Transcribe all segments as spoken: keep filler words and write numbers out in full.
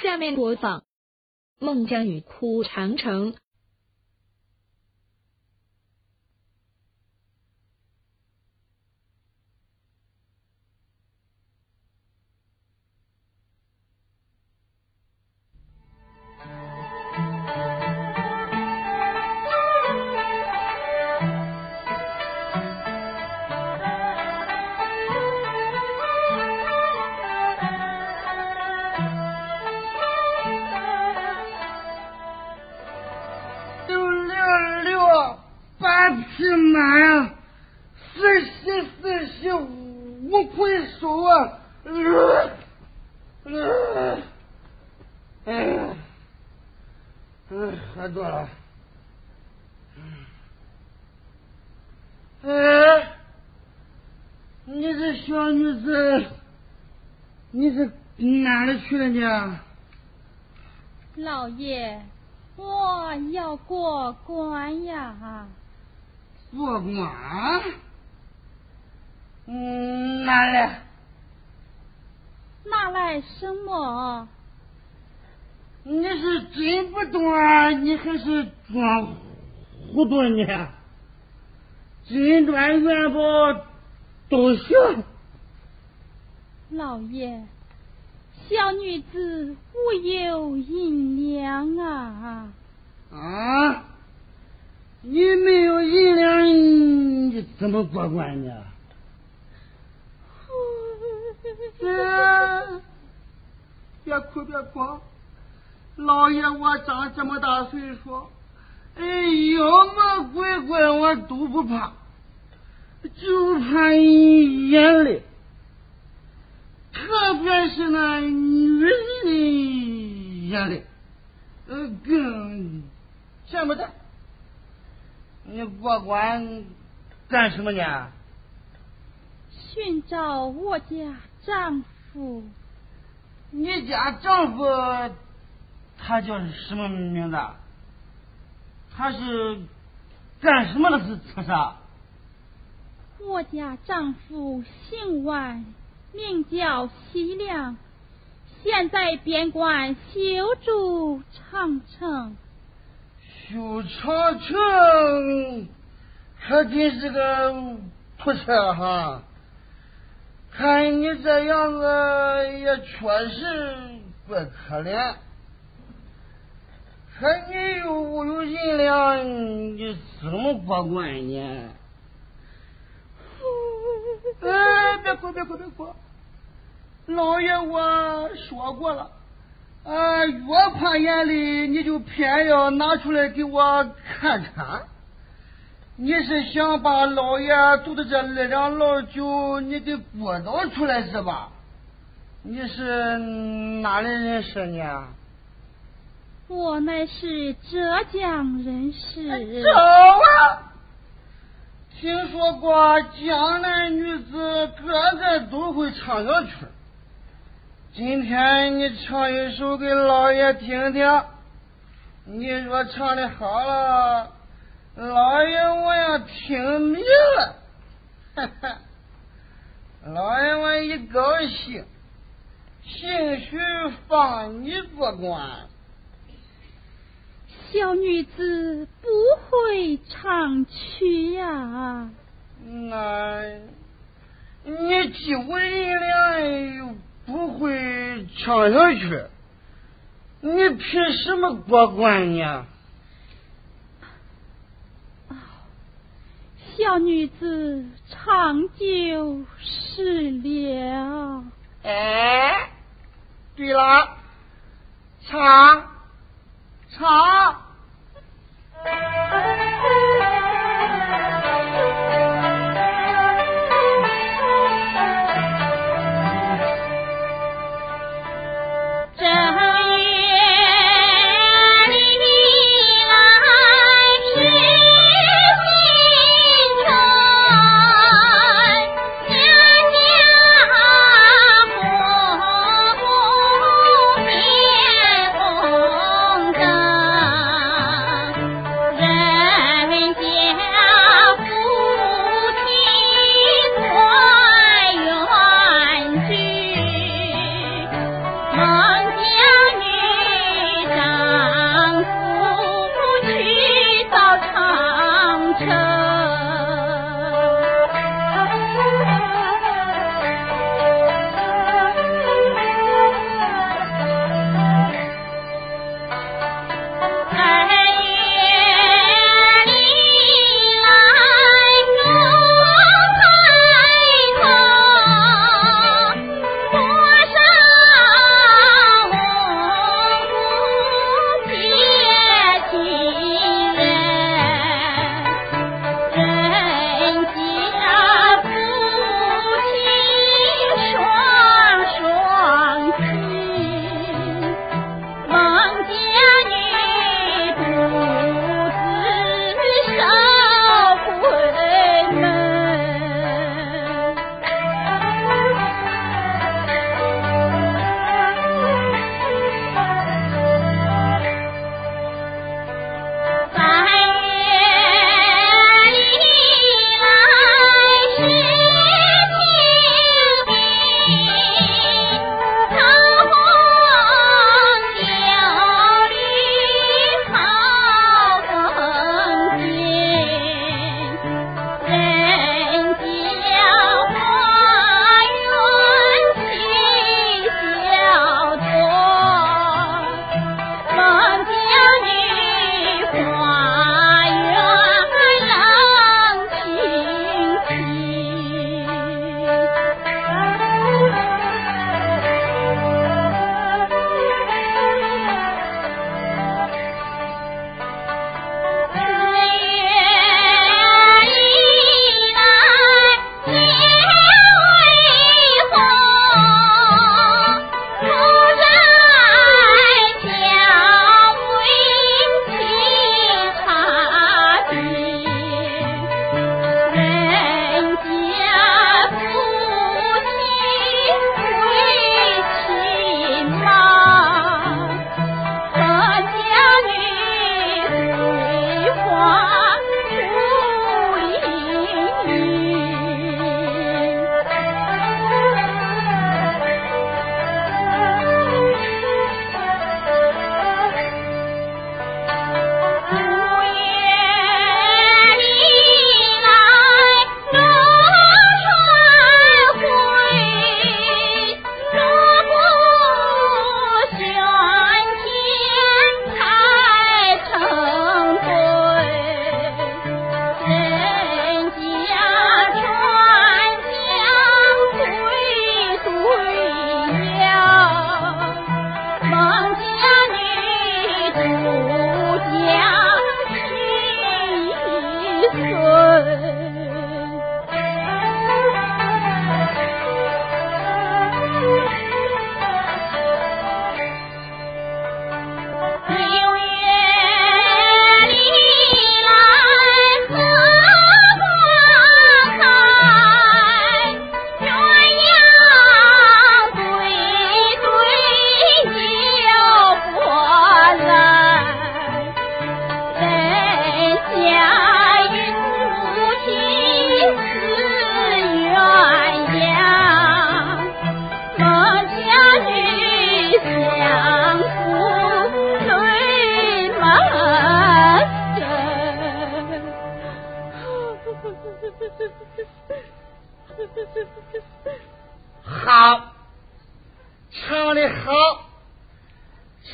下面播放《孟姜女哭长城》。 匹马呀，四喜四喜五魁首啊！呃呃哎呀，嗯，喝多了。哎，你这小女子，你是哪里去了呢？ 老爷，我要过关呀。 过关？嗯，哪来？ 哪来什么？ 你是真不懂啊，你还是装糊涂呢？真短元宝都行。 老爷，小女子无有银两啊。 啊？你没有银两，你怎么过关呢？哎，别哭别哭，老爷我长这么大岁数，哎，妖魔鬼怪我都不怕，就怕眼泪，特别是那女人的眼泪，呃，更见不得。你过关干什么呢？ 寻找我家丈夫。 你家丈夫他叫什么名字？他是干什么的？是刺杀？ 我家丈夫姓万，名叫西凉，现在边关修筑长城。 修长城还真是个不错哈，看你这样子也确实怪可怜，可你又无有银两，你怎么过关呢？哎，别哭别哭别哭，老爷我说过了啊，越怕眼泪你就偏要拿出来给我看看。你是想把老爷肚子这二两老酒你给过倒出来是吧？你是哪里人士呢？ 我乃是浙江人士。 走啊！听说过江南女子个个都会唱小曲，今天你唱一首给老爷听听，你若唱的好了，老爷我要听迷了，哈哈！老爷我一高兴，兴许放你过关。 小女子不会唱曲呀。 那你既无银两又不会唱小曲，你凭什么过关呢？ 小女子唱就是了。 哎，对了，唱唱。 人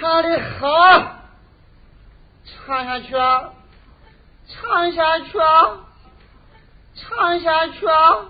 唱的好，唱下去啊，唱下去啊，唱下去啊。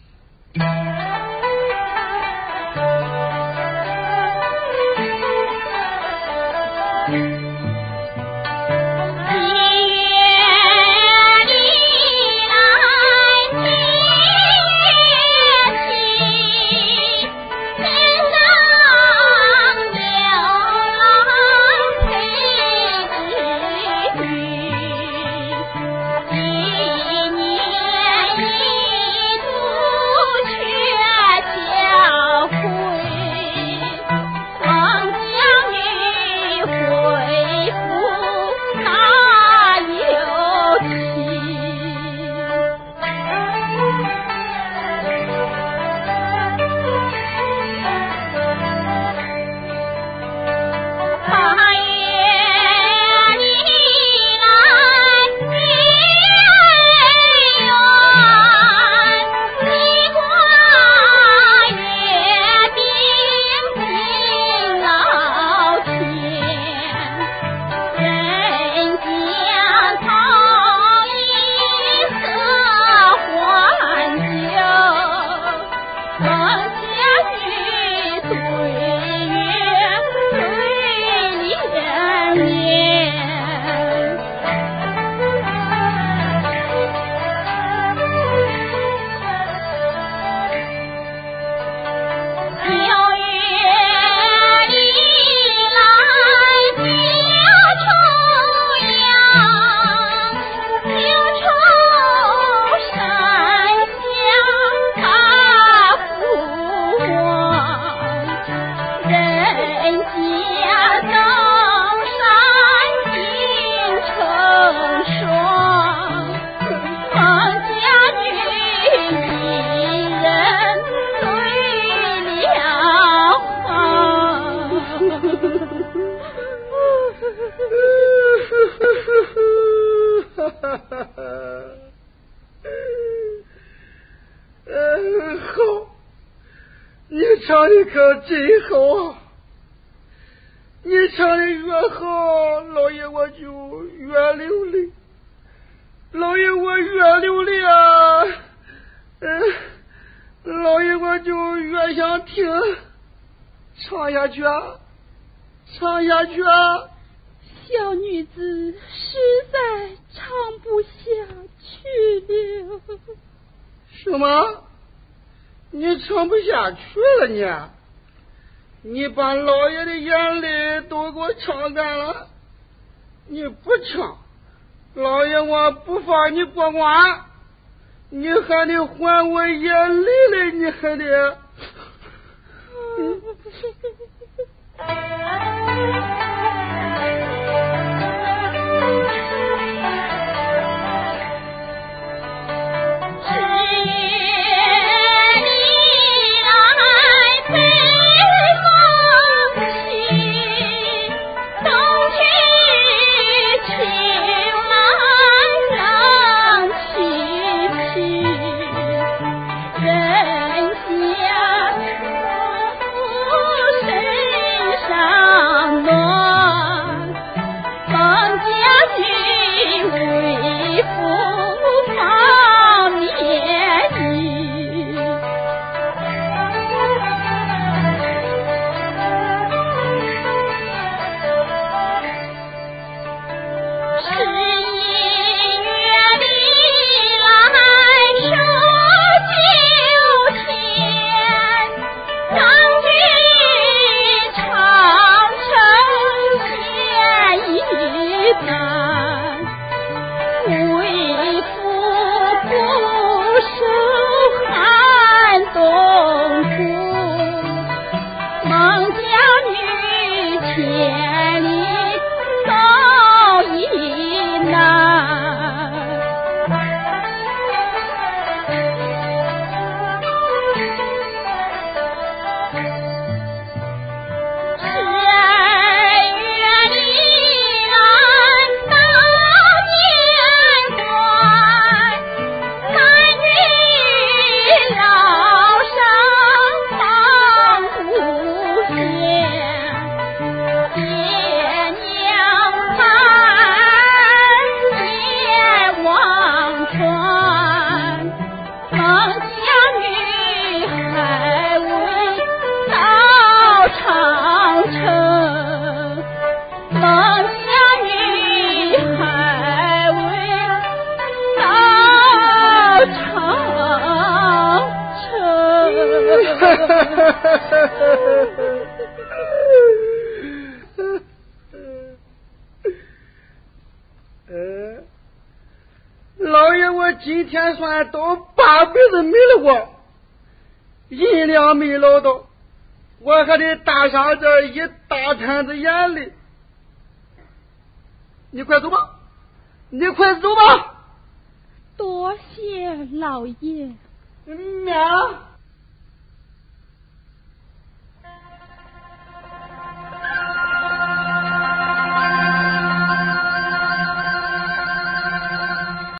唱的可真好，你唱的越好，老爷我就越流泪，老爷我越流泪啊，嗯，老爷我就越想听，唱下去啊，唱下去啊。 小女子实在唱不下去了。 什么？你唱不下去了你？你把老爷的眼泪都给我唱干了，你不唱，老爷我不放你过关，你还得还我眼泪嘞，你还得。嗯 Yeah. 今天算都八辈子没了过，银两没捞到，我还得搭上这一大滩子眼泪。你快走吧，你快走吧。 多谢老爷。 娘。